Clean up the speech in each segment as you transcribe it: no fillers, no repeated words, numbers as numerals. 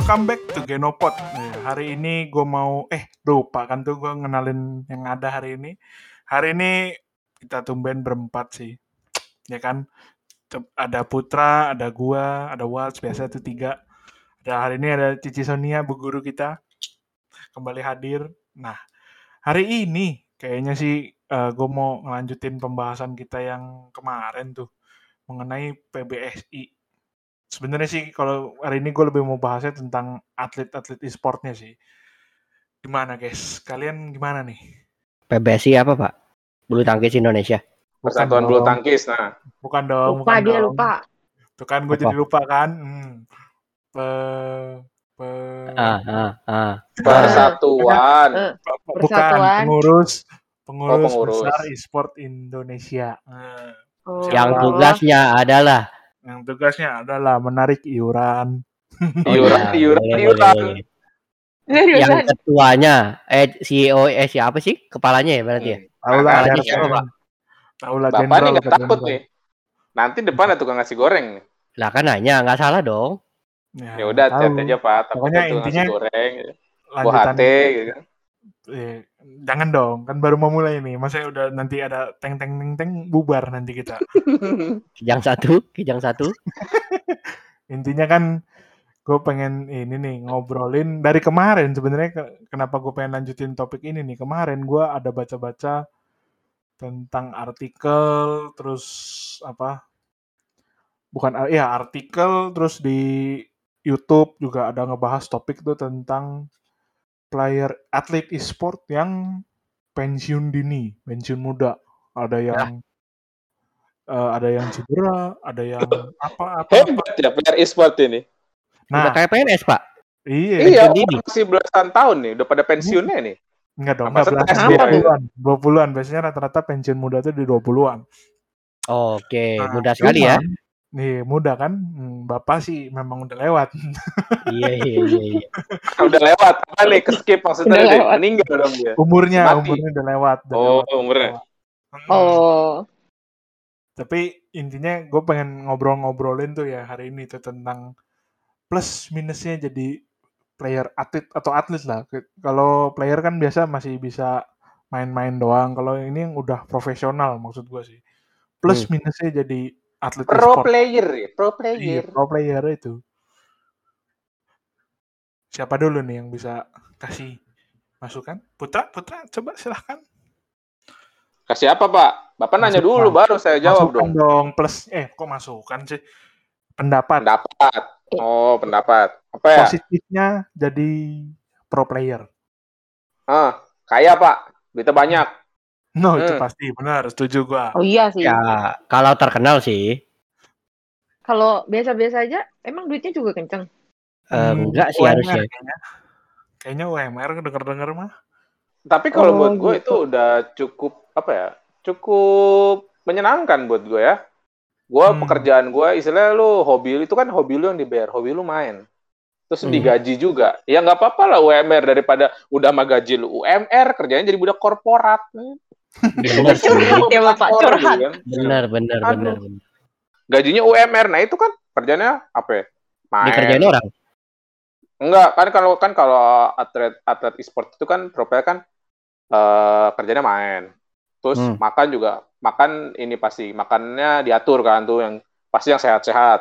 Welcome back to Genopod. Hari ini gue mau lupa kan tuh gue ngenalin yang ada hari ini. Hari ini kita tumben berempat sih, ya kan? Ada Putra, ada gua, ada Waltz, biasa itu 3. Hari ini ada Cici Sonia, bu guru kita, kembali hadir. Nah, hari ini kayaknya sih gue mau ngelanjutin pembahasan kita yang kemarin tuh mengenai PBSI. Sebenarnya sih kalau hari ini gue lebih mau bahasnya tentang atlet-atlet e-sportnya sih. Gimana guys? Kalian gimana nih? PBSI apa Pak? Bulu Tangkis Indonesia. Persatuan Bulu Tangkis. Nah, bukan dong. Lupa. Tuh kan gue jadi lupa kan. Persatuan. Bukan pengurus besar e-sport Indonesia. Yang tugasnya adalah menarik iuran. Iuran. Yang ketuanya CEO siapa sih? Kepalanya ya berarti ya? Kepalanya siapa, Pak? Bapak nih nggak takut nih. Nanti depan ada tukang nasi goreng. Lah kan nanya, nggak salah dong. Ya udah chat aja Pak. Pokoknya intinya nasi goreng, buah hati gitu. Jangan dong, kan baru mau mulai nih. Masa udah nanti ada teng bubar nanti kita. Kijang satu. Intinya kan gue pengen ini nih ngobrolin dari kemarin sebenarnya. Kenapa gue pengen lanjutin topik ini nih? Kemarin gue ada baca-baca tentang artikel, terus artikel, terus di YouTube juga ada ngebahas topik tuh tentang atlet e-sport yang pensiun dini, pensiun muda. Ada yang cedera, ada yang apa. Hebat ya player e-sport ini. Udah kayak PNS Pak. Iya, masih belasan tahun nih, udah pada pensiunnya nih. Enggak dong, 20-an. Biasanya rata-rata pensiun muda tuh di 20-an. Oke, mudah sekali ya. Nih, muda kan? Bapak sih memang udah lewat. Iya. Udah lewat. Apa nih? Ke-skip maksudnya meninggal dong dia. Umurnya udah lewat. Umurnya. Tapi intinya gue pengen ngobrolin tuh ya hari ini tuh tentang plus minusnya jadi player atlet lah. Kalau player kan biasa masih bisa main-main doang. Kalau ini yang udah profesional maksud gue sih. Plus minusnya jadi atlet pro e-sport. Player. Pro player itu. Siapa dulu nih yang bisa kasih masukan? Putra, coba silahkan. Kasih apa Pak? Bapak nanya dulu baru saya jawab masukan dong. Plus, kok masukan sih? Pendapat. Pendapat. Apa ya? Positifnya jadi pro player. Kaya Pak, duitnya banyak. No, itu pasti benar, setuju gua. Oh iya sih. Ya, kalau terkenal sih. Kalau biasa-biasa aja, emang duitnya juga kenceng? Enggak sih UMR harusnya. Kayaknya UMR denger mah. Tapi kalau buat gue itu udah cukup cukup menyenangkan buat gue ya. Pekerjaan gue, istilahnya lu hobi itu kan hobi lu yang dibayar, hobi lu main. Terus digaji juga. Ya nggak apa-apa lah UMR daripada udah mah gaji lu UMR, kerjanya jadi budak korporat. Curhat ya Bapak, curhat. Benar. Gajinya UMR, nah itu kan kerjanya apa ya? Main. Dikerjain orang? Enggak, kan kalau atlet e-sport itu kan pro-player kan kerjanya main. Terus makan ini pasti makannya diatur kan tuh yang pasti yang sehat-sehat.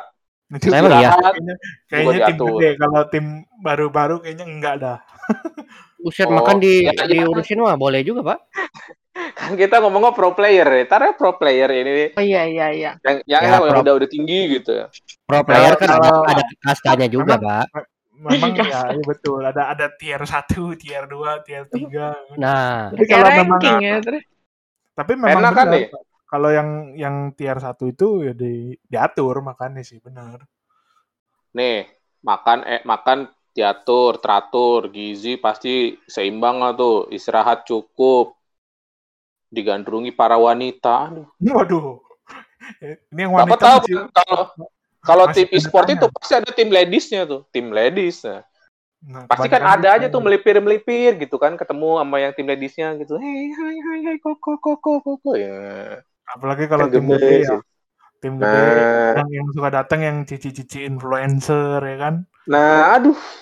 Kayaknya tim gede, kalau tim baru-baru kayaknya enggak dah. Buset, makan diurusin mah boleh juga Pak. Kan kita ngomongnya pro player ya, taruh pro player ini. Oh iya. Yang udah tinggi gitu ya. Pro player kan ada kastanya juga Pak. Memang ya betul, ada tier 1, tier 2, tier 3. Nah, tapi kalau memang tapi memang enak kan nih. Kalau yang tier 1 itu ya diatur makannya sih benar. Nih, makan diatur, teratur, gizi pasti seimbang lah tuh, istirahat cukup. Digandrungi para wanita. Waduh. Ini yang wanita. Bapak tahu kalau tim e-sport itu pasti ada tim ladies-nya tuh, tim ladies. Nah, pasti kan ada aja tuh melipir gitu kan, ketemu sama yang tim ladies-nya gitu. Hai, koko ya. Apalagi kalau tim gede ya. Tim gede yang suka datang yang cici-cici influencer ya kan. Nah, aduh.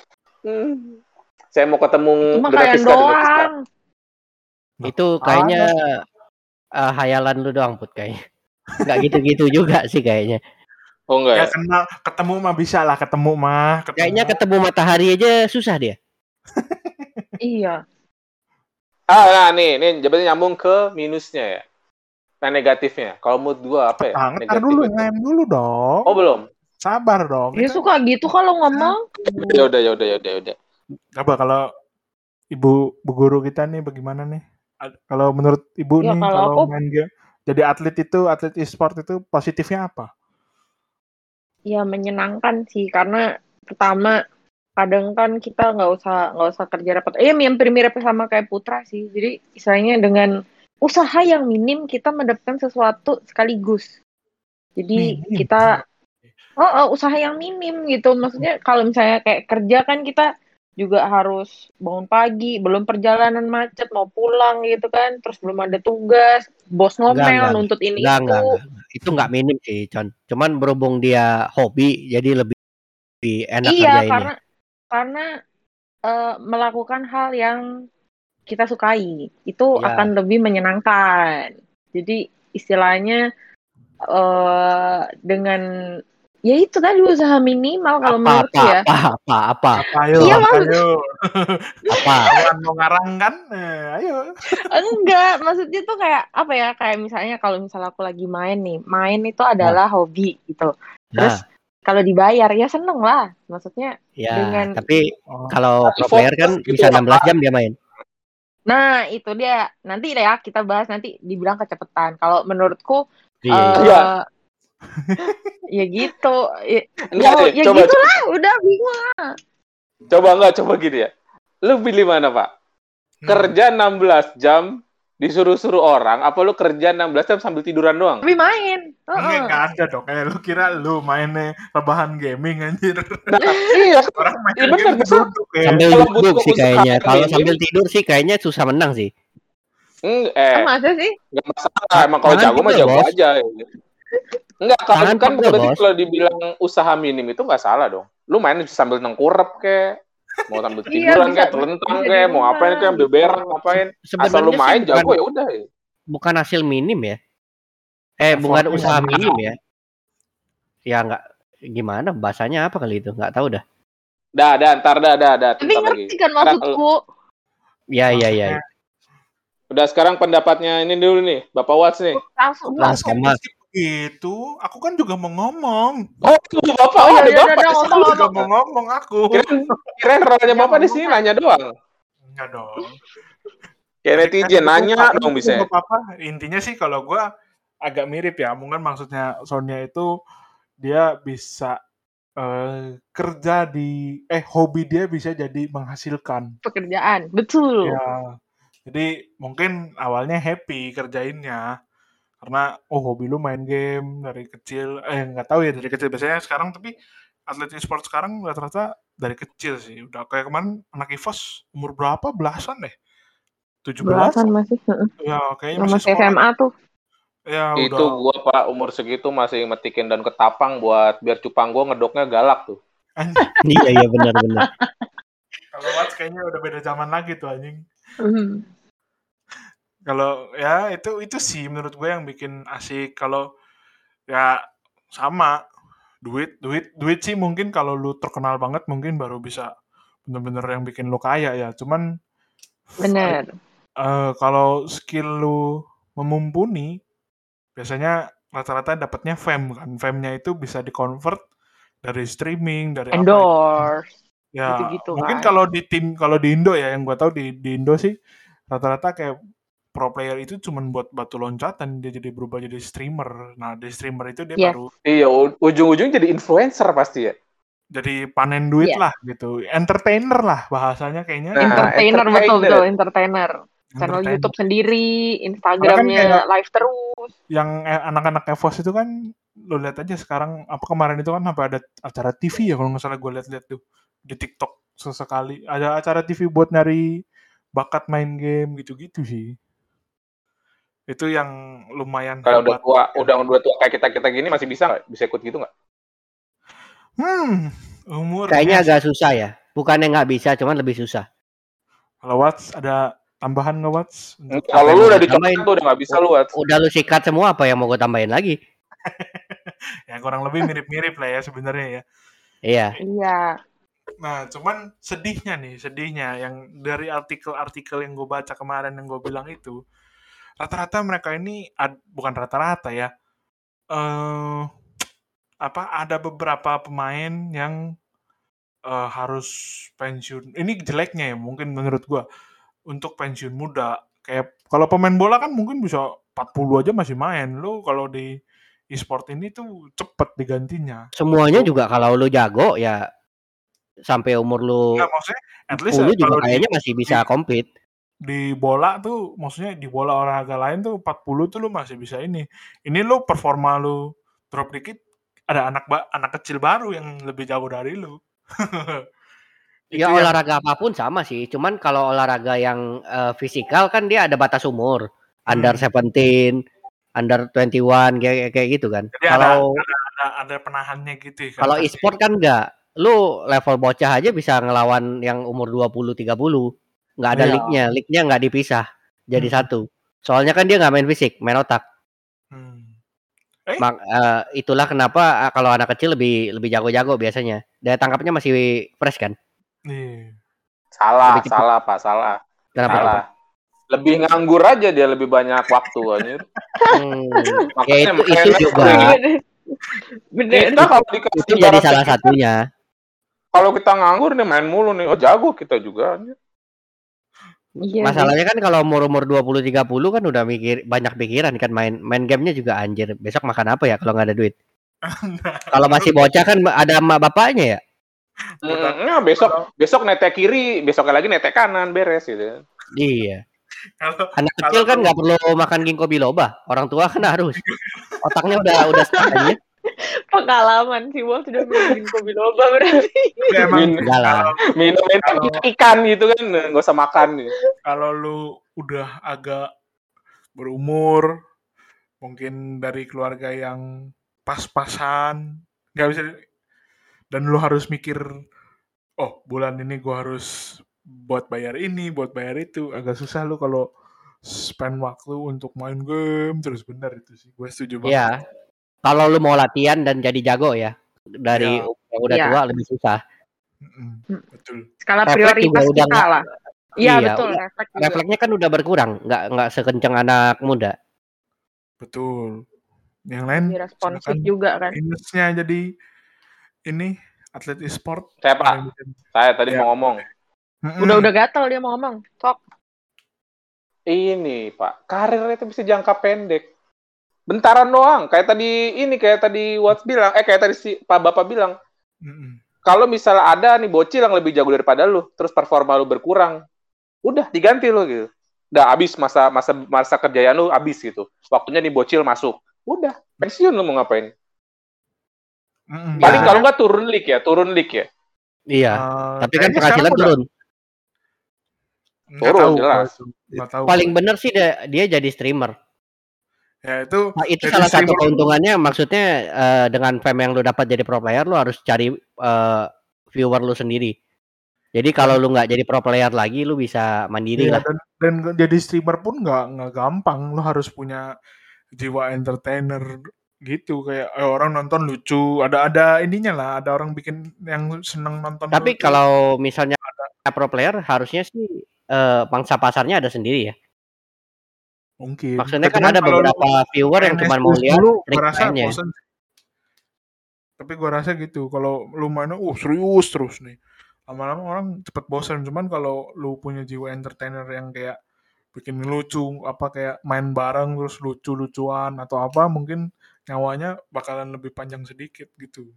Saya mau ketemu Itu mah Dona kalian Fiska, Dona Fiska. doang. Itu kayaknya hayalan lu doang, Put, kayaknya. Nggak gitu-gitu juga sih kayaknya. Oh enggak Ya ya? kenal, ketemu mah bisa lah, ketemu mah. Kayaknya ketemu matahari aja susah dia. Iya. Nah nih jadinya nyambung ke minusnya ya. Nah negatifnya. Kalau mood gua apa ya? Ntar dulu, ngelem dulu dong. Oh belum. Sabar dong. Dia suka gitu kalau ngomong. Ya udah. Coba kalau ibu guru kita nih bagaimana nih? Kalau menurut ibu Ya, nih, kalau kalau aku- main game, jadi atlet e-sport itu positifnya apa? Ya menyenangkan sih, karena pertama kadang kan kita nggak usah kerja repot. Mirip sama kayak Putra sih. Jadi istilahnya dengan usaha yang minim kita mendapatkan sesuatu sekaligus. Jadi Minim. kita usaha yang minim gitu. Maksudnya kalau misalnya kayak kerja kan kita juga harus bangun pagi, belum perjalanan macet, mau pulang gitu kan, terus belum ada tugas, bos ngomel, nuntut ini itu. Enggak. Itu nggak minim sih, Con. Cuman berhubung dia hobi, jadi lebih enak kerjainnya. Karena melakukan hal yang kita sukai itu akan lebih menyenangkan. Jadi istilahnya dengan ya itu tadi usaha minimal kalau menurutku ya. Apa? Ayo. Iya, Apa? Mau ngarang kan? Ayo. Enggak, maksudnya tuh kayak apa ya? Kayak misalnya kalau misalnya aku lagi main itu adalah hobi gitu. Terus kalau dibayar ya seneng lah. Maksudnya dengan tapi kalau pro player kan bisa 16 jam dia main. Nah, itu dia. Nanti ya kita bahas, nanti dibilang kecepatan. Kalau menurutku ya gitu. Ya gitu lah, udah bingung lah. Coba gini ya. Lu pilih mana, Pak? Kerja 16 jam disuruh-suruh orang, apa lu kerja 16 jam sambil tiduran doang? Tapi main. Enggak ada dong. Lu kira lu mainnya rebahan gaming anjir. Nah, iya. Orang main game duduk ya. Sambil duduk sih kayaknya. Kalau sambil tidur sih kayaknya susah menang sih. Masa sih? Enggak masalah. Emang kalau jago mah jago aja. Enggak, kalau dibilang usaha minim itu enggak salah dong. Lu main sambil nengkurep kek. Mau sambil tiduran kayak telentang kayak mau ngapain kayak ambil berak ngapain asal lu main jago ya udah ya. Bukan hasil minim ya, bukan usaha minim ya nggak gimana bahasanya apa kali itu nggak tahu dah. Ntar tapi ngerti kan maksudku. Ya. Udah sekarang pendapatnya ini dulu nih Bapak Watts nih. Langsung itu aku kan juga mau ngomong. Bapak ada Bapak juga mau ngomong aku. Kirain rolnya Bapak di sini nanya doang. Enggak dong. Kayak netizen nanya dong bisa. Apa? Intinya sih kalau gue agak mirip ya. Mungkin maksudnya Sonia itu dia bisa kerja di hobi dia bisa jadi menghasilkan pekerjaan. Betul. Ya. Jadi mungkin awalnya happy kerjainnya. Karena hobi lu main game dari kecil, nggak tahu ya dari kecil biasanya sekarang, tapi atlet e-sport sekarang rata-rata dari kecil sih. Udah kayak kemarin anak EVOS umur berapa? Belasan deh. 17-an masih. Ya, kayaknya masih SMA tuh. Ya, itu udah. Gua Pak umur segitu masih metikin daun ketapang buat biar cupang gua ngedoknya galak tuh. Iya benar. Kalau Watts kayaknya udah beda zaman lagi tuh anjing. Kalau ya itu sih menurut gue yang bikin asik. Kalau ya sama duit sih mungkin kalau lu terkenal banget mungkin baru bisa bener-bener yang bikin lu kaya ya. Cuman bener. Kalau skill lu memumpuni biasanya rata-rata dapatnya fame kan. Fame-nya itu bisa di-convert dari streaming, dari endorse. Ya, gitu-gitu mungkin kan. kalau di Indo ya yang gue tahu di Indo sih rata-rata kayak pro player itu cuma buat batu loncatan, dia jadi berubah jadi streamer. Nah, di streamer itu dia baru ujung-ujung jadi influencer pasti ya. Jadi panen duit lah gitu. Entertainer lah bahasanya kayaknya. Entertainer betul entertainer. Channel YouTube sendiri, Instagramnya live terus. Yang anak-anak EVOS itu kan lo lihat aja sekarang apa kemarin itu kan sampai ada acara TV ya kalau nggak salah gue lihat tuh di TikTok sesekali ada acara TV buat nyari bakat main game gitu-gitu sih. Itu yang lumayan kalau udah tua kayak kita gini masih bisa nggak? Bisa ikut gitu nggak? Umur kayaknya agak susah ya. Bukannya nggak bisa, cuman lebih susah. Kalau Watts ada tambahan nggak Watts? Kalau lu udah dicoba tuh udah nggak bisa lu Watts. Udah lu sikat semua, apa yang mau gue tambahin lagi? Ya kurang lebih mirip-mirip lah ya sebenarnya ya. Iya. Nah, cuman sedihnya yang dari artikel-artikel yang gue baca kemarin yang gue bilang itu, rata-rata mereka ini bukan rata-rata ya. Ada beberapa pemain yang harus pensiun. Ini jeleknya ya mungkin menurut gue untuk pensiun muda. Kayak kalau pemain bola kan mungkin bisa 40 aja masih main. Lu kalau di e-sport ini tuh cepet digantinya. Semuanya juga kalau lu jago ya sampai umur lu maksudnya at least 10 juga kayaknya masih bisa compete. Di bola tuh maksudnya di bola olahraga lain tuh 40 tuh lu masih bisa ini. Ini lu performa lu drop dikit ada anak kecil baru yang lebih jago dari lu. Ya olahraga apapun sama sih, cuman kalau olahraga yang fisikal kan dia ada batas umur, under 17, under 21 kayak gitu kan. Jadi kalau ada penahannya gitu kan. Kalau e-sport kan enggak. Lu level bocah aja bisa ngelawan yang umur 20 30. Enggak ada league-nya enggak dipisah jadi satu. Soalnya kan dia enggak main fisik, main otak. Itulah kenapa kalau anak kecil lebih jago-jago biasanya. Daya tangkapnya masih fresh kan? Salah Pak. Kenapa? Salah. Lebih nganggur aja dia, lebih banyak waktu anjir. Makanya itu juga. Bener. Kita kalau dikasih itu jadi salah satunya. Kalau kita nganggur nih main mulu nih, jago kita juga anjir. Iya, masalahnya kan kalau umur 20-30 kan udah banyak pikiran kan, main gamenya juga anjir. Besok makan apa ya kalau nggak ada duit? Kalau masih bocah kan ada emak bapaknya ya. Besok netek kiri, besoknya lagi netek kanan, beres gitu. Iya. Anak kecil kan nggak perlu makan ginkgo biloba, orang tua kan harus. Otaknya udah start aja. Pengalaman sih, Wal sudah minum ginkgo biloba berarti. Minum ikan gitu kan, nggak usah makan nih. Kalau lu udah agak berumur, mungkin dari keluarga yang pas-pasan, nggak bisa, dan lu harus mikir, bulan ini gue harus buat bayar ini, buat bayar itu, agak susah lu kalau spend waktu untuk main game terus. Bener itu sih, gue setuju banget. Iya. Kalau lu mau latihan dan jadi jago ya, dari yang udah tua lebih susah. Betul. Skala prioritas kita lah. Iya, betul. Refleksnya kan udah berkurang, nggak sekencang anak muda. Betul. Yang lain responsif juga kan. Minusnya jadi ini atlet e-sport. Saya tadi mau ngomong. Udah gatel dia mau ngomong. Sok. Ini Pak, karirnya itu bisa jangka pendek. Bentaran doang. Kayak tadi Watts bilang, kayak tadi si Pak Bapak bilang. Kalau misalnya ada nih bocil yang lebih jago daripada lu, terus performa lu berkurang, udah diganti lu gitu. Udah habis masa kerjaan lu habis gitu. Waktunya nih bocil masuk. Udah, pensiun lu mau ngapain? Paling kalau nggak turun league ya. Iya. Tapi kan penghasilan turun. Turun jelas. Paling bener sih dia jadi streamer. Ya itu salah satu keuntungannya, maksudnya dengan fame yang lu dapat jadi pro player, lu harus cari viewer lu sendiri. Jadi kalau lu nggak jadi pro player lagi, lu bisa mandiri lah. Dan jadi streamer pun nggak gampang. Lu harus punya jiwa entertainer gitu, kayak orang nonton lucu, ada ininya lah, ada orang bikin yang seneng nonton. Tapi kalau misalnya ada pro player, harusnya sih pangsa pasarnya ada sendiri ya. Mungkin. Maksudnya kan ada beberapa viewer yang cuma mau lihat trik-triknya. Tapi gue rasa gitu, kalau lu mainnya serius terus nih, lama-lama orang cepet bosan. Cuman kalau lu punya jiwa entertainer yang kayak bikin lucu, kayak main bareng terus lucu-lucuan atau apa, mungkin nyawanya bakalan lebih panjang sedikit gitu.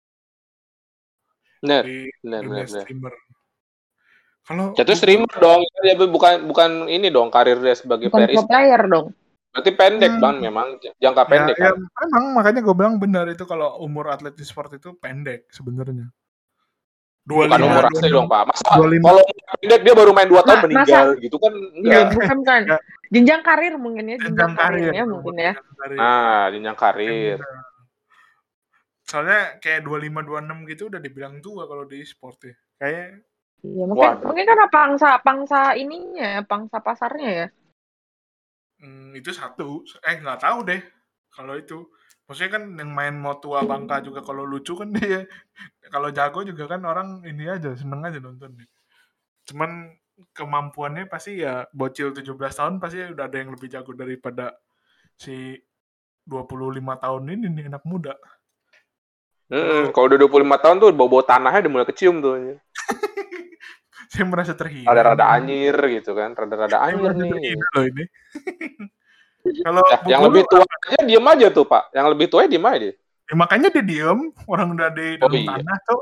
Di dunia streamer. Kalau jatuh streamer dong, dia bukan ini dong karir dia sebagai player dong. Berarti pendek Bang, memang jangka pendek kan. Emang makanya gue bilang benar itu, kalau umur atlet e-sport itu pendek sebenarnya. Bukan umur asli dong Pak. Masa kalau pendek dia baru main 2 tahun meninggal gitu kan? Enggak. Bukan kan. Jenjang karir mungkin ya, jenjang karirnya mungkin ya. Nah, jenjang karir. Soalnya kayak 25 26 gitu udah dibilang tua kalau di e-sport ya. Kayak Iya, mungkin karena pangsa ininya, pangsa pasarnya ya. Itu satu. Nggak tahu deh kalau itu. Maksudnya kan yang main mau tua bangka juga kalau lucu kan dia. Kalau jago juga kan orang ini aja seneng aja nonton. Cuman kemampuannya pasti ya bocil 17 tahun pasti udah ada yang lebih jago daripada si 25 tahun ini nih anak muda. Kalau udah 25 tahun tuh bau-bau tanahnya udah mulai kecium tuh. Saya merasa terhina. Rada-rada anyir gitu kan, rada-rada anyir nih. Loh ini. Kalau yang lebih tua aja diem aja tuh Pak, yang lebih tua diem aja dia. Ya, makanya dia diem, orang udah di dalam tanah tuh.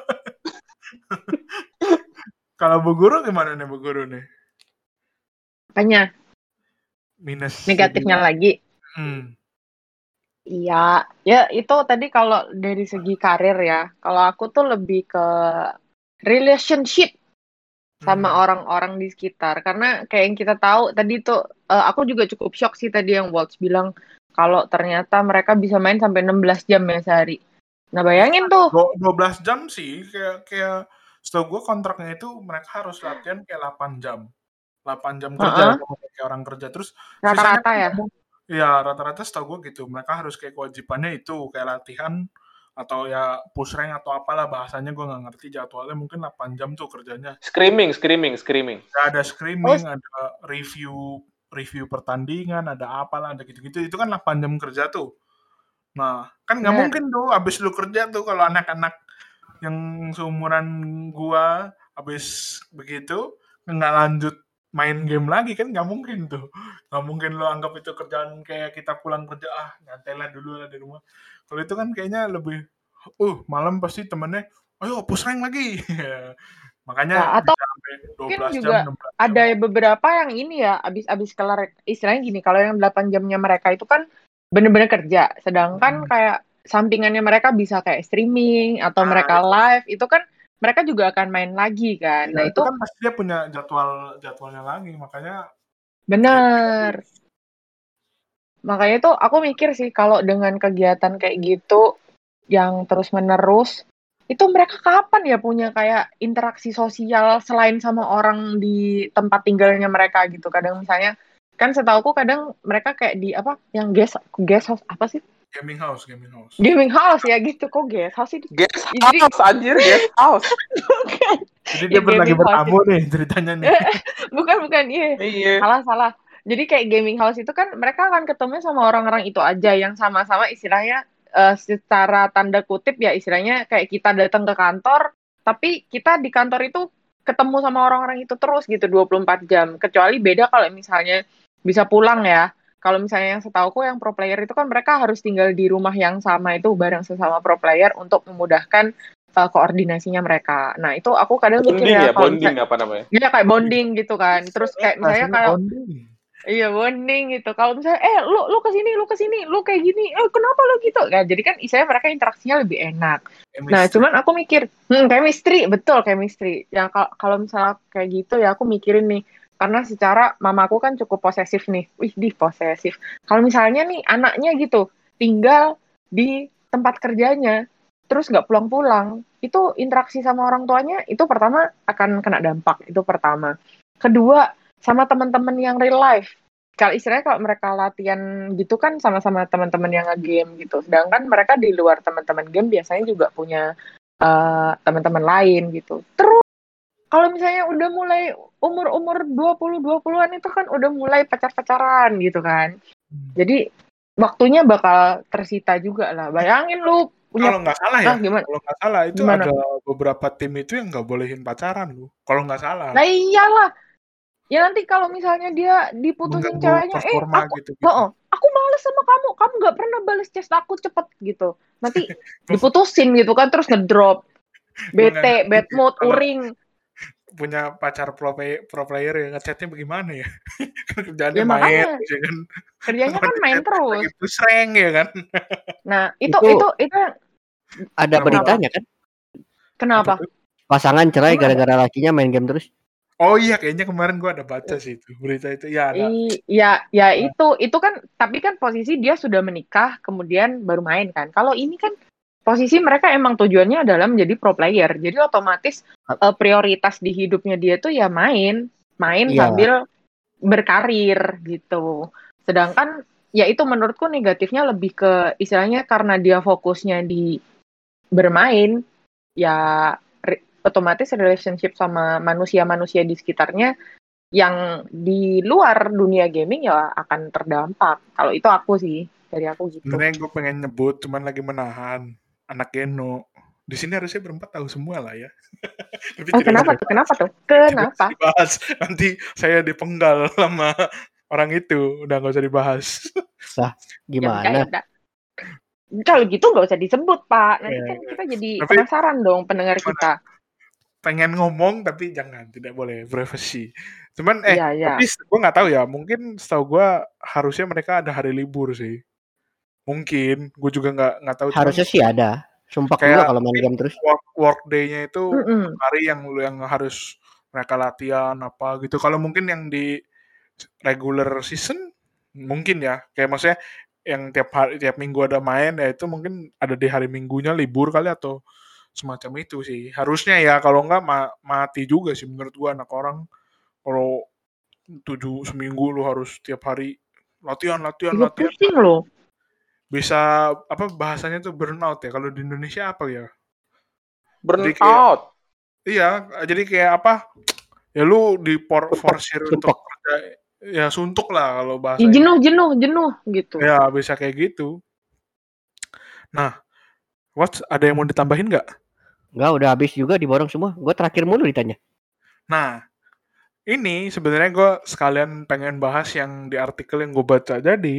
Kalau Bu Guru gimana nih Bu Guru nih? Apanya? Minus. Negatifnya lagi. Iya, ya itu tadi kalau dari segi karir ya. Kalau aku tuh lebih ke relationship sama orang-orang di sekitar. Karena kayak yang kita tahu tadi tuh, aku juga cukup shock sih tadi yang Waltz bilang kalau ternyata mereka bisa main sampai 16 jam ya sehari. Nah bayangin tuh. 12 jam sih, kayak setahu gue kontraknya itu mereka harus latihan kayak 8 jam. 8 jam kerja, kayak orang kerja. Terus rata-rata ya? Iya, rata-rata setahu gue gitu. Mereka harus kayak kewajibannya itu, kayak latihan, atau ya push rank atau apalah bahasanya gue nggak ngerti jadwalnya, mungkin 8 jam tuh kerjanya. Screaming. Ya, ada screaming, ada review pertandingan, ada apalah, ada gitu-gitu. Itu kan 8 jam kerja tuh. Nah, kan nggak mungkin tuh abis lu kerja tuh kalau anak-anak yang seumuran gua abis begitu nggak lanjut main game lagi kan nggak mungkin tuh. Nggak mungkin lo anggap itu kerjaan kayak kita pulang kerja nyantai lah dulu lah di rumah. Kalau itu kan kayaknya lebih malam pasti temennya ayo push rank lagi. Makanya atau sampai 12 mungkin jam, juga 16 jam. ada beberapa yang ini ya abis kelar istilahnya gini, kalau yang 8 jamnya mereka itu kan bener-bener kerja, sedangkan kayak sampingannya mereka bisa kayak streaming atau mereka live, itu kan mereka juga akan main lagi kan. Ya, nah itu kan pasti dia punya jadwalnya lagi, makanya bener. Makanya tuh aku mikir sih kalau dengan kegiatan kayak gitu yang terus-menerus, itu mereka kapan ya punya kayak interaksi sosial selain sama orang di tempat tinggalnya mereka gitu. Kadang misalnya, kan setauku kadang mereka kayak di apa, yang guest house apa sih? Gaming house ya gitu. Kok guest house sih? Guest house anjir, guest house. Bukan. Jadi dia lagi bertamu nih ceritanya nih. Bukan, iya. Salah. Jadi kayak gaming house itu kan mereka akan ketemu sama orang-orang itu aja yang sama-sama istilahnya secara tanda kutip ya istilahnya kayak kita datang ke kantor, tapi kita di kantor itu ketemu sama orang-orang itu terus gitu 24 jam. Kecuali beda kalau misalnya bisa pulang ya. Kalau misalnya yang setauku yang pro player itu kan mereka harus tinggal di rumah yang sama itu bareng sesama pro player untuk memudahkan koordinasinya mereka. Nah itu aku kadang mikir ya. Bonding apa namanya? Iya kayak bonding gitu kan. Terus kayak misalnya kalau iya bonding gitu. Kalau misalnya lu kesini, lu kayak gini, kenapa lu gitu? Nah, jadi kan istilahnya mereka interaksinya lebih enak. Nah, cuman aku mikir, chemistry. Ya kalau misalnya kayak gitu ya aku mikirin nih, karena secara mamaku kan cukup posesif nih. Posesif. Kalau misalnya nih anaknya gitu tinggal di tempat kerjanya, terus nggak pulang-pulang, itu interaksi sama orang tuanya itu pertama akan kena dampak, itu pertama. Kedua, sama teman-teman yang real life. Kalau istilahnya kalau mereka latihan gitu kan sama-sama teman-teman yang nge-game gitu. Sedangkan mereka di luar teman-teman game biasanya juga punya teman-teman lain gitu. Terus kalau misalnya udah mulai umur 20-20-an itu kan udah mulai pacar-pacaran gitu kan. Jadi waktunya bakal tersita juga lah. Bayangin lu punya kalau nggak salah ya. Gimana? Kalau nggak salah itu gimana? Ada beberapa tim itu yang nggak bolehin pacaran lu. Kalau nggak salah. Nah iyalah. Ya nanti kalau misalnya dia diputusin ceweknya, aku males sama kamu nggak pernah balas chat aku cepet gitu. Nanti diputusin gitu kan, terus ngedrop, bete, bad mood, uring. Punya pacar pro player ya ngechatnya bagaimana ya? Kerjaannya ya, main, ya kan? Kerjanya kan main terus. Push rank ya kan? Nah itu ada beritanya kan? Kenapa? Pasangan cerai gara-gara lakinya main game terus. Oh iya, kayaknya kemarin gua ada baca sih itu berita itu. Ya ada. Ya itu kan, tapi kan posisi dia sudah menikah kemudian baru main kan. Kalau ini kan posisi mereka emang tujuannya adalah menjadi pro player. Jadi otomatis prioritas di hidupnya dia tuh ya main sambil berkarir gitu. Sedangkan ya itu menurutku negatifnya lebih ke istilahnya karena dia fokusnya di bermain, ya otomatis relationship sama manusia-manusia di sekitarnya yang di luar dunia gaming ya akan terdampak. Kalau itu aku sih, dari aku gitu. Sebenarnya gue pengen nyebut, cuman lagi menahan. Anak Geno. Di sini harusnya berempat tahu semua lah ya. Tapi kenapa tuh? Kenapa? Dibahas. Nanti saya dipenggal sama orang itu. Udah gak usah dibahas. Gimana? Ya, kalau gitu nggak usah disebut, Pak. Nanti kan kita jadi penasaran dong pendengar kita. Pengen ngomong tapi jangan, tidak boleh, privacy. Cuman tapi gue nggak tahu ya, mungkin setahu gue harusnya mereka ada hari libur sih. Mungkin, gue juga nggak tahu. Harusnya sih ada. Sumpah juga kalau main game terus. Work day-nya itu hari yang harus mereka latihan apa gitu. Kalau mungkin yang di regular season mungkin ya, kayak maksudnya yang tiap minggu ada main ya itu mungkin ada di hari Minggunya libur kali atau semacam itu sih. Harusnya ya, kalau enggak mati juga sih menurut gua anak orang. Kalau 7 seminggu lu harus tiap hari latihan. Pusing loh. Bisa apa bahasanya tuh burnout ya. Kalau di Indonesia apa ya? Burnout. Iya, jadi kayak apa? Ya lu forsir untuk kerja, ya suntuk lah kalau bahasa. Jenuh gitu. Ya bisa kayak gitu. Nah, ada yang mau ditambahin nggak? Nggak, udah habis juga diborong semua. Gue terakhir mulu ditanya. Nah, ini sebenarnya gue sekalian pengen bahas yang di artikel yang gue baca. Jadi,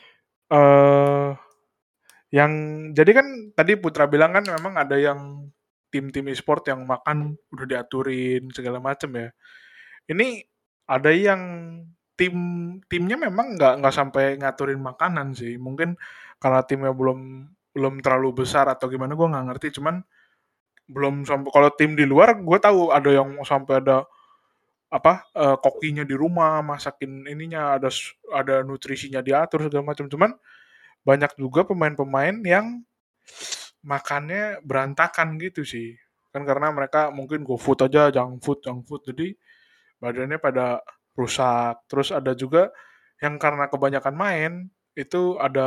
jadi kan tadi Putra bilang kan memang ada yang tim-tim e-sport yang makan udah diaturin segala macam ya. Ini ada yang timnya memang nggak sampai ngaturin makanan sih. Mungkin karena timnya belum terlalu besar atau gimana, gue nggak ngerti. Cuman belum sampai. Kalau tim di luar gue tahu ada yang sampai ada kokinya di rumah masakin ininya, ada nutrisinya diatur segala macam. Cuman banyak juga pemain-pemain yang makannya berantakan gitu sih, kan karena mereka mungkin GoFood aja, junk food, jadi badannya pada rusak. Terus ada juga yang karena kebanyakan main itu ada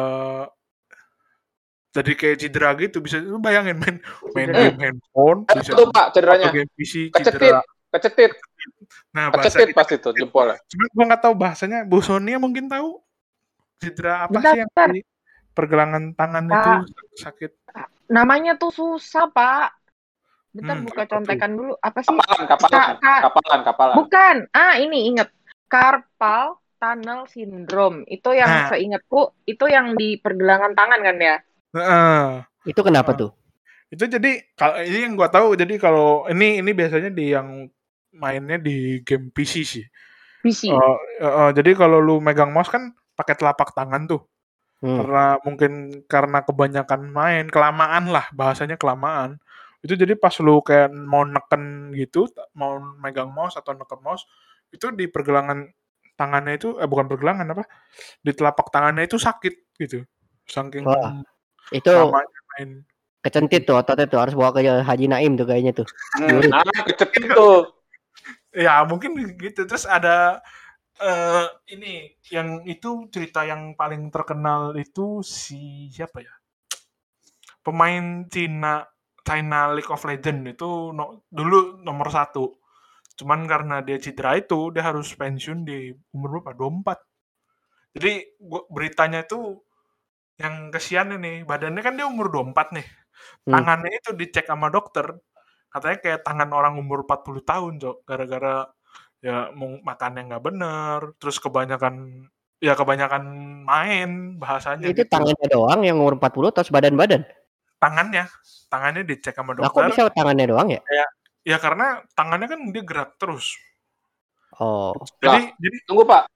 jadi kayak cedera gitu. Bisa lu bayangin main game handphone bisa tuh Pak cederanya game PC cedera. Kecetit. Nah, kecetit pasti tuh jempolnya. Cuma gue nggak tahu bahasanya. Bu Sonia mungkin tahu cedera apa sih yang di pergelangan tangan itu sakit? Namanya tuh susah, Pak. Bentar buka contekan dulu. Apa sih? Kapalan. Bukan. Ini inget. Carpal tunnel syndrome. Itu yang seingatku itu yang di pergelangan tangan kan ya? Itu kenapa tuh? Itu jadi kalau ini yang gua tahu, jadi kalau ini biasanya di yang mainnya di game PC sih. PC. Jadi kalau lu megang mouse kan pakai telapak tangan tuh. Karena kebanyakan main, kelamaan lah bahasanya, kelamaan. Itu jadi pas lu kayak mau neken gitu, mau megang mouse atau neken mouse, itu di pergelangan tangannya itu bukan pergelangan di telapak tangannya itu sakit gitu. Saking itu main. Kecentit tuh ototnya tuh, harus bawa ke Haji Naim tuh kayaknya tuh. Kecetit tuh. Ya mungkin gitu. Terus ada ini yang itu cerita yang paling terkenal itu si siapa ya? Pemain China League of Legends itu dulu nomor 1. Cuman karena dia cedera itu dia harus pensiun di umur berapa? 24. Jadi beritanya itu yang kesian nih, badannya kan dia umur 24 nih. Tangannya itu dicek sama dokter, katanya kayak tangan orang umur 40 tahun, Cok. Gara-gara ya makannya nggak bener, terus kebanyakan main bahasanya. Itu gitu. Tangannya doang yang umur 40 atau sebadan-badan? Tangannya dicek sama dokter. Kok bisa tangannya doang ya? Ya karena tangannya kan dia gerak terus. Oh. Jadi tunggu Pak.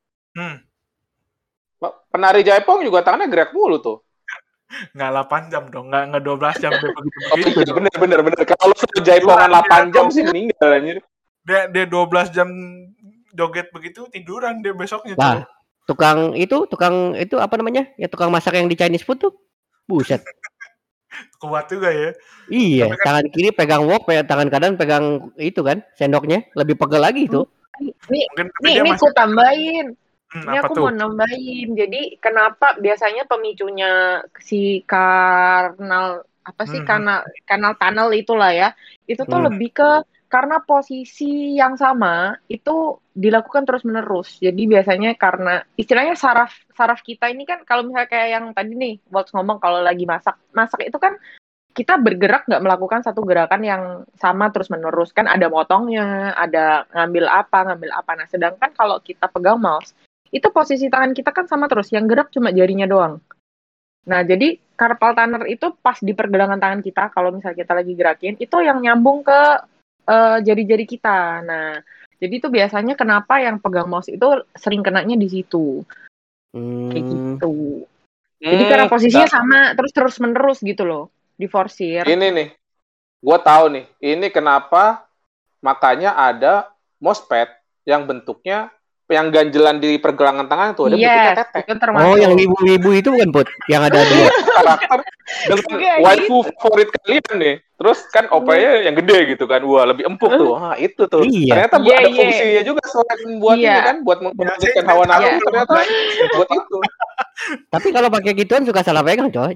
Penari Jaipong juga tangannya gerak mulu tuh. Nggak 8 jam dong, nggak 12 jam dia begitu. Bener. Kalau Jaipongan 8 jam sih meninggal anjir. Dia 12 jam joget begitu, tiduran dia besoknya. Nah, tukang itu apa namanya? Ya tukang masak yang di Chinese food tuh. Buset. Kuat juga ya. Iya, Tapi kan tangan kiri pegang wok, tangan kanan pegang itu kan sendoknya, lebih pegel lagi itu. mungkin tapi Nih, dia ini masih aku tambahin. Ini apa aku tuh? mau nambahin. Jadi kenapa biasanya pemicunya si apa sih Mhm. kanal tunnel itulah ya. Itu tuh lebih ke karena posisi yang sama itu dilakukan terus-menerus. Jadi biasanya karena istilahnya saraf kita ini kan kalau misalnya kayak yang tadi nih Waltz ngomong kalau lagi masak itu kan kita bergerak nggak melakukan satu gerakan yang sama terus-menerus. Kan ada motongnya, ada ngambil apa. Nah, sedangkan kalau kita pegang mouse, itu posisi tangan kita kan sama terus, yang gerak cuma jarinya doang. Nah, jadi carpal tunnel itu pas di pergelangan tangan kita, kalau misalnya kita lagi gerakin, itu yang nyambung ke jari-jari kita. Nah, jadi itu biasanya kenapa yang pegang mouse itu sering kenanya di situ. Kayak gitu. Jadi karena posisinya sama, terus-menerus gitu loh, diforsir. Ini nih, gue tahu nih, ini kenapa makanya ada mousepad yang bentuknya yang ganjelan di pergelangan tangan tuh ada bentuknya tete. Itu termasuk. Oh, yang ibu-ibu itu bukan Put? Yang ada dua. Karakter dengan waifu favorit kalian nih. Terus kan OP-nya yang gede gitu kan. Wah, lebih empuk tuh. Wah, itu tuh. Iya. Ternyata ada fungsinya juga selain buat ini kan, buat membangkitkan hawa nafsu ternyata buat itu. Tapi kalau pakai gituan suka salah pegang, coy.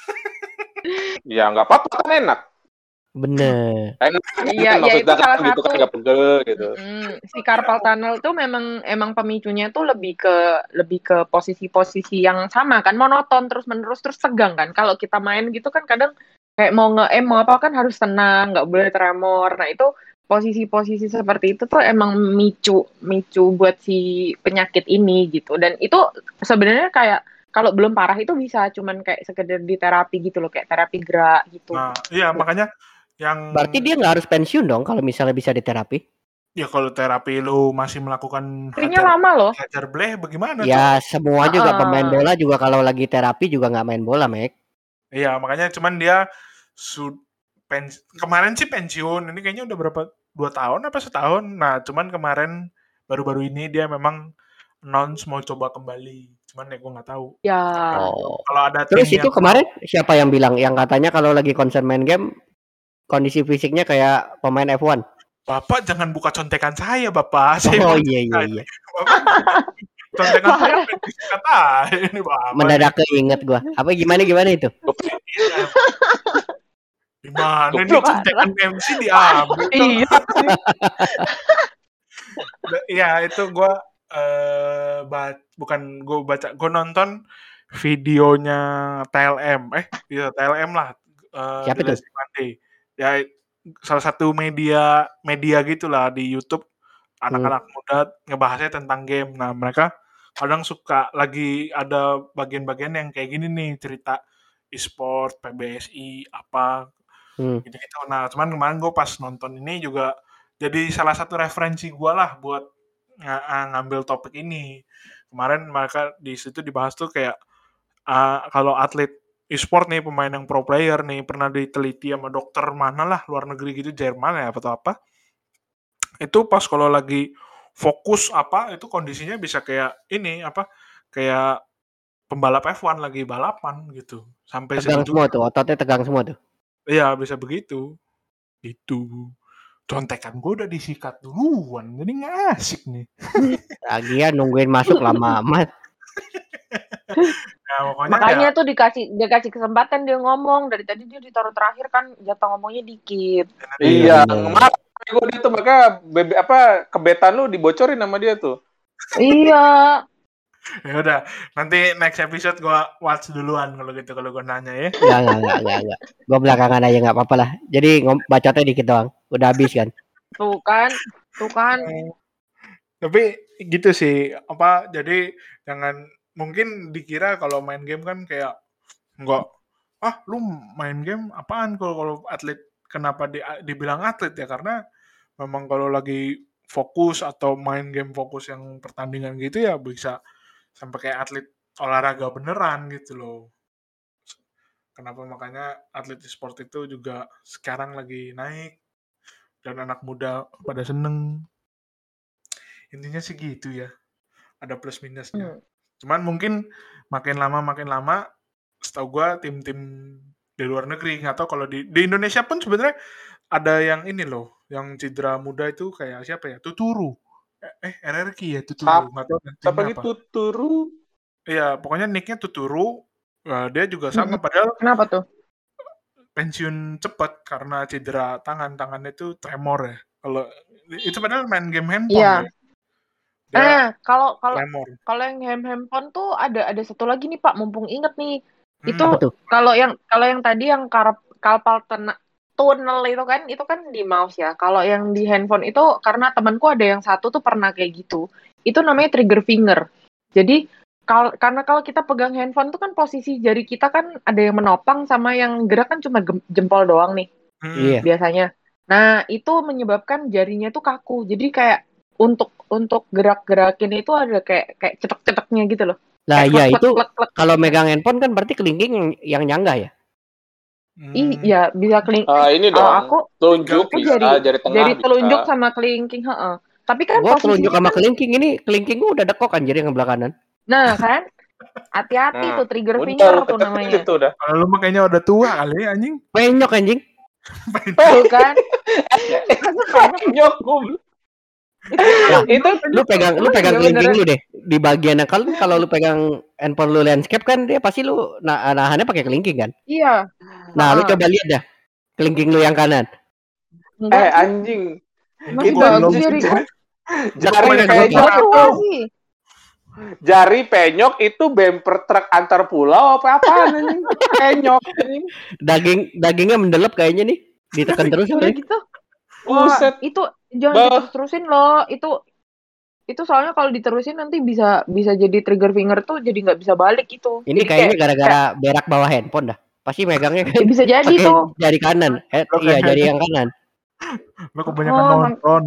Ya nggak apa-apa kan enak. Bener. Enak. Iya, ya itu salah gitu satu. Kan nggak pegel gitu. Si carpal tunnel tuh emang pemicunya tuh lebih ke posisi-posisi yang sama kan, monoton terus-menerus terus tegang kan. Kalau kita main gitu kan kadang kayak mau mau apa kan harus tenang, nggak boleh tremor. Nah, itu posisi-posisi seperti itu tuh emang micu buat si penyakit ini gitu. Dan itu sebenarnya kayak kalau belum parah itu bisa cuman kayak sekedar di terapi gitu loh, kayak terapi gerak gitu. Nah, iya makanya yang Berarti dia nggak harus pensiun dong kalau misalnya bisa diterapi? ya kalau terapi lu masih melakukan lama loh. hajar bleh bagaimana Ya, tuh? semua juga pemain bola juga kalau lagi terapi juga nggak main bola, Mek. Iya, makanya cuman dia kemarin sih pensiun. Ini kayaknya udah berapa 2 tahun apa setahun. Nah, cuman kemarin baru-baru ini dia memang announce mau coba kembali. Cuman ya gue nggak tahu. Ya. Oh. Kalau ada Terus tim itu kemarin siapa yang bilang? Yang katanya kalau lagi konsen main game kondisi fisiknya kayak pemain F1. Bapak jangan buka contekan saya, Bapak. Oh iya. Contekan saya kata ini Bapak. Mendadak keinget gua. Apa gimana itu? Gimana ini contekan MC diambil. Iya. Iya, itu gue baca, gue nonton videonya TLM, TLM lah, Siapa The tuh? Last Monday. Ya salah satu media gitulah di YouTube, anak-anak muda ngebahasnya tentang game. Nah, mereka kadang suka lagi ada bagian-bagian yang kayak gini nih, cerita e-sport, PBSI, apa, gitu-gitu. Nah, cuman kemarin gue pas nonton ini juga jadi salah satu referensi gue lah buat ngambil topik ini. Kemarin mereka di situ dibahas tuh kayak kalau atlet e-sport nih, pemain yang pro player nih, pernah diteliti sama dokter mana lah luar negeri gitu, Jerman ya atau apa. Itu pas kalau lagi fokus apa, itu kondisinya bisa kayak ini apa, kayak pembalap F1 lagi balapan gitu. Sampai Tegang segitu. semua tuh, ototnya tegang semua tuh. Iya, bisa begitu. Itu. Contekan gue udah disikat duluan, jadi nggak asik nih. Lagian nungguin masuk lama amat. Nah, makanya tuh dia kasih kesempatan dia ngomong, dari tadi dia ditaruh terakhir kan jatah ngomongnya dikit. Iya, marah gue dia tuh, maka kebetan lu dibocorin sama dia tuh. Iya. Ya udah, nanti next episode gue watch duluan kalau gitu, kalau gue nanya ya. Enggak. Gue belakangan aja nggak apa-apa lah. Jadi bacotnya dikit doang. Udah habis kan. Tuh kan. Tapi gitu sih, apa, jadi jangan, mungkin dikira kalau main game kan kayak enggak, lu main game apaan kalau atlet, kenapa dibilang atlet ya, karena memang kalau lagi fokus atau main game fokus yang pertandingan gitu ya bisa sampai kayak atlet olahraga beneran gitu loh. Kenapa makanya atlet e-sport itu juga sekarang lagi naik dan anak muda pada seneng. Intinya sih gitu ya. Ada plus minusnya. Cuman mungkin makin lama setahu gue tim-tim di luar negeri. Nggak tahu kalau di Indonesia pun sebenarnya ada yang ini loh, yang cedera muda itu kayak siapa ya? Tuturu. RRQ ya Tuturu. Nggak tahu Siapa timnya apa. gitu Turu? Iya, pokoknya nicknya Tuturu. Dia juga sama, Mm-mm. padahal Kenapa tuh? pensiun cepat karena cedera tangannya itu tremor ya. Kalau itu padahal main game handphone Iya. ya. Dia Kalau tremor. yang handphone tuh ada satu lagi nih Pak, mumpung inget nih. Itu Apa tuh? kalau yang tadi yang carpal tunnel itu kan di mouse ya. Kalau yang di handphone itu karena temanku ada yang satu tuh pernah kayak gitu. Itu namanya trigger finger. Jadi karena kalau kita pegang handphone tuh kan posisi jari kita kan ada yang menopang sama yang gerak kan cuma jempol doang nih Iya. biasanya. Nah, itu menyebabkan jarinya tuh kaku. Jadi kayak untuk gerak-gerakin itu ada kayak cetek-ceteknya gitu loh. Lah Kayak ya klek, itu klek, klek, kalau klek. megang handphone kan berarti kelingking yang nyanggah ya. Iya, bisa Ini kalau dong, aku telunjuk kan bisa, jari tengah jari telunjuk bisa. sama kelingking, heeh. Tapi kan Gua telunjuk posisinya sama kan, kelingking ini, kelingking gua udah dekok anjir yang sebelah kanan. nah kan, hati-hati Nah, tuh trigger udah finger lu tuh ketek namanya. gitu udah. Kalau lu mah kayaknya udah tua kali ya, anjing. Penyok anjing. Tuh kan. Penyok goblok. Lah, Itu lu pegang Emang iya kelingking beneran? lu deh. Di bagian kalau lu pegang handphone lu landscape kan dia pasti lu nahannya pakai kelingking kan. Iya. Nah, lu Heeh. coba lihat dah kelingking lu yang kanan. Enggak sih, anjing. masih Gua bagus belum jariku. Jari Pokoknya gua penyok Gua tua itu, sih. jari penyok itu bumper truk antar pulau apa-apaan anjing? Penyok anjing. Dagingnya mendelep kayaknya nih. Ditekan terus Udah soalnya. gitu. Wah, Buset. itu jangan Bah. diterus-terusin loh. Itu soalnya kalau diterusin nanti bisa jadi trigger finger tuh jadi nggak bisa balik itu. Ini Jadi kayaknya kayak gara-gara berak bawah handphone dah. Pasti megangnya ya bisa jadi pakai tuh. jari kanan. Iya, jari yang kanan. Lu kebanyakan Oh, nonton,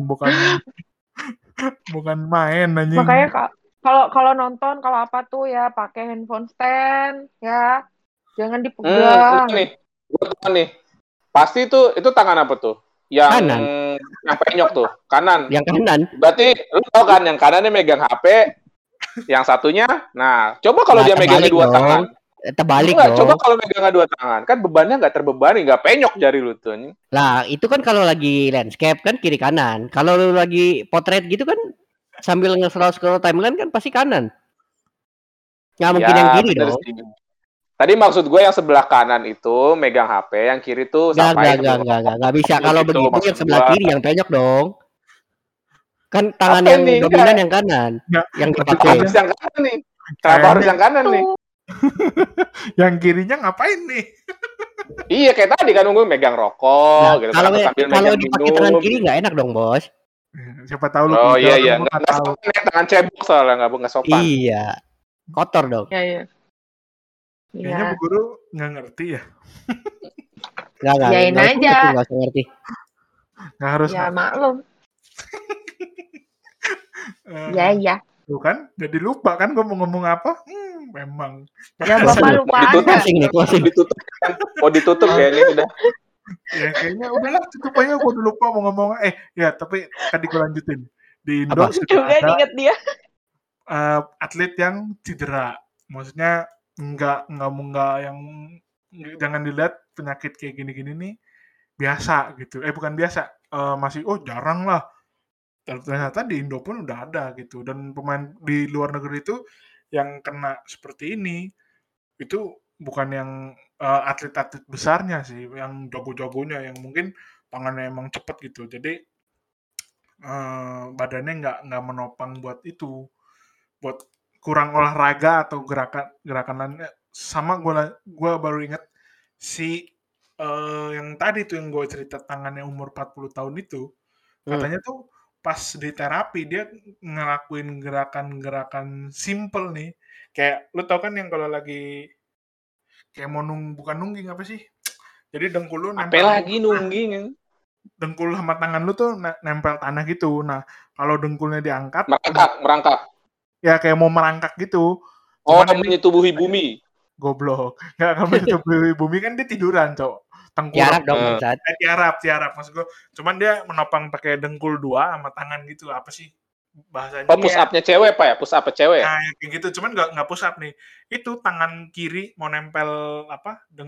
bukan main anjing. makanya kalau nonton kalau apa tuh ya pakai handphone stand ya. Jangan Ini dipegang. nih, gue tahu nih. Pasti itu tangan apa tuh? Yang Kanan. yang penyok tuh, kanan. Yang kanan. Berarti lu tau kan yang kanannya megang HP, yang satunya. Nah, coba kalau Nah, dia megangnya terbalik dua dong. tangan. Terbalik Enggak, dong. coba kalau megangnya dua tangan, kan bebannya nggak terbebani, nggak penyok jari lu tuh. anjing. Lah, itu kan kalau lagi landscape kan kiri kanan. Kalau lu lagi potret gitu kan sambil nge-scroll timeline kan pasti kanan. Nggak mungkin yang kiri bener dong. sih. Tadi maksud gue yang sebelah kanan itu megang HP, yang kiri tuh sapain. Nggak bisa. Kalau Gitu, begitu yang maksud sebelah gua. kiri yang penyok dong. Kan tangan Apa yang nih? dominan yang kanan. Nggak, Yang tapi dipakai. Harus yang kanan nih. Kenapa harus yang kanan nih? Yang kirinya ngapain nih? Iya kayak tadi kan nunggu megang rokok Nah, gitu. kalau Kenapa sambil kalau megang dipakai minum, tangan kiri gitu. nggak enak dong, Bos. Siapa tahu lu Oh pegel, iya, gua nggak nggak tahu. sopan ya, tangan cebok soalnya nggak sopan. Iya. Kotor dong. Ya. Kayaknya Bu Guru nggak ngerti ya. Nggak Yain usah aja. ngerti, nggak usah ngerti. Nggak harus. Ya maklum. Eh, Ya. Tuh kan, jadi lupa kan gue mau ngomong apa? Memang. Ya Bapak lupa Ditutup. Anda. Closing nih, closing. Ditutup kan? Mau ditutup kayaknya udah. Ya kayaknya udahlah tutup aja, gue udah lupa mau ngomong. Ya tapi tadi gue lanjutin. Di Indo Apa? sudah Juga ada inget dia. atlet yang cedera. Maksudnya enggak yang jangan dilihat penyakit kayak gini-gini nih biasa gitu. Bukan biasa, masih jarang lah. Ternyata di Indo pun udah ada gitu, dan pemain di luar negeri itu yang kena seperti ini itu bukan yang atlet-atlet besarnya sih, yang jago-jagonya yang mungkin tangannya emang cepet gitu, jadi badannya nggak menopang buat itu, buat kurang olahraga atau gerakannya. Sama gue baru ingat si yang tadi tuh yang gue cerita tangannya umur 40 tahun itu, katanya tuh pas di terapi dia ngelakuin gerakan-gerakan simple nih. Kayak lu tau kan yang kalau lagi kayak mau bukan nungging apa sih? Jadi dengkul lu Apa nempel lagi nungging? dengkul sama tangan lu tuh nempel tanah gitu. Nah, kalau dengkulnya diangkat Merangkak. ya kayak mau merangkak gitu. Oh, Cuman ini menyetubuhi bumi. goblok. Enggak akan menyetubuhi bumi kan dia tiduran, Cok. Tiarap dong, bangsat. Tiarap maksud gue. Cuman dia menopang pakai dengkul dua sama tangan gitu. Apa sih bahasanya? Oh, push up-nya cewek Pak ya? Push up cewek. Nah, kayak gitu. Cuman nggak push up nih. Itu tangan kiri mau nempel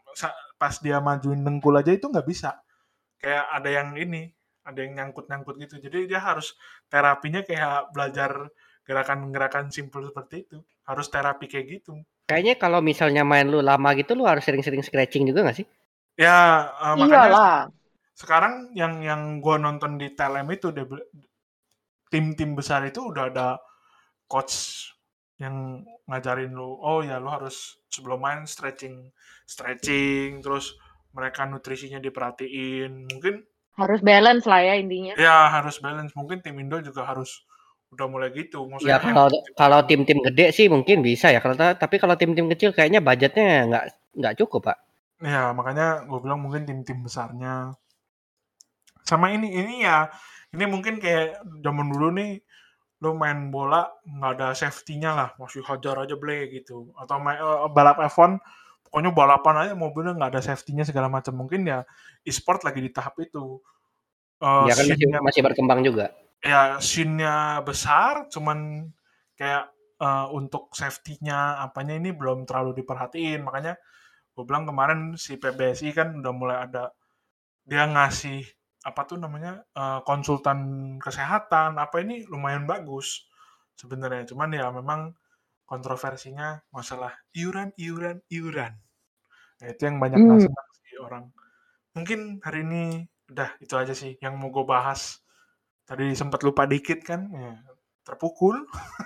pas dia majuin dengkul aja itu nggak bisa. Kayak ada yang nyangkut-nyangkut gitu. Jadi dia harus terapinya kayak belajar gerakan-gerakan simpel seperti itu. Harus terapi kayak gitu. Kayaknya kalau misalnya main lu lama gitu, lu harus sering-sering stretching juga nggak sih? Ya, makanya Iyalah. sekarang yang gue nonton di TLM itu, tim-tim besar itu udah ada coach yang ngajarin lu, oh ya lu harus sebelum main stretching, terus mereka nutrisinya diperhatiin. Mungkin Harus balance lah ya intinya. ya harus balance. Mungkin tim Indo juga harus udah mulai gitu. Ya Maksudnya kalau tim-tim gede sih mungkin bisa ya. Tapi kalau tim-tim kecil kayaknya budgetnya nggak cukup, Pak. ya makanya gue bilang mungkin tim-tim besarnya. Sama ini ya, ini mungkin kayak zaman dulu nih, lu main bola nggak ada safety-nya lah, masih hajar aja gitu. Atau balap F1, pokoknya balapan aja mobilnya nggak ada safety-nya segala macam. Mungkin ya e-sport lagi di tahap itu. Ya kan masih berkembang juga. Ya scene-nya besar, cuman kayak untuk safety-nya apanya ini belum terlalu diperhatiin. Makanya gue bilang kemarin si PBSI kan udah mulai ada, dia ngasih apa tuh namanya konsultan kesehatan apa, ini lumayan bagus sebenarnya. Cuman ya memang kontroversinya masalah iuran. Nah, itu yang banyak nggak senang sih orang. Mungkin hari ini udah itu aja sih yang mau gue bahas. Tadi sempat lupa dikit kan, ya, terpukul.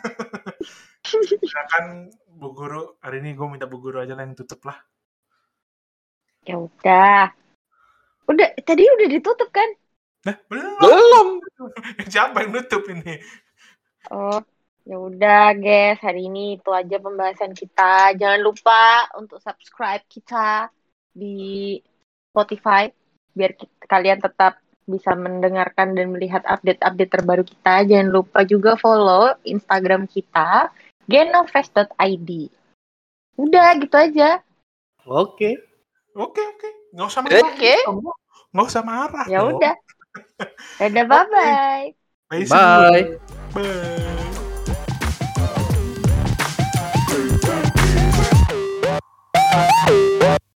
Silakan Bu Guru, hari ini gue minta Bu Guru aja lah yang tutup lah. Ya udah. Tadi udah ditutup kan? Nah, belum. Siapa yang nutup ini? Oh, ya udah guys, hari ini itu aja pembahasan kita. Jangan lupa untuk subscribe kita di Spotify biar kalian tetap bisa mendengarkan dan melihat update-update terbaru kita. Jangan lupa juga follow Instagram kita genofest.id. Udah gitu aja. Oke. Nggak usah marah. Oke. Nggak usah marah. Ya udah. Dadah, bye-bye. Bye. Bye.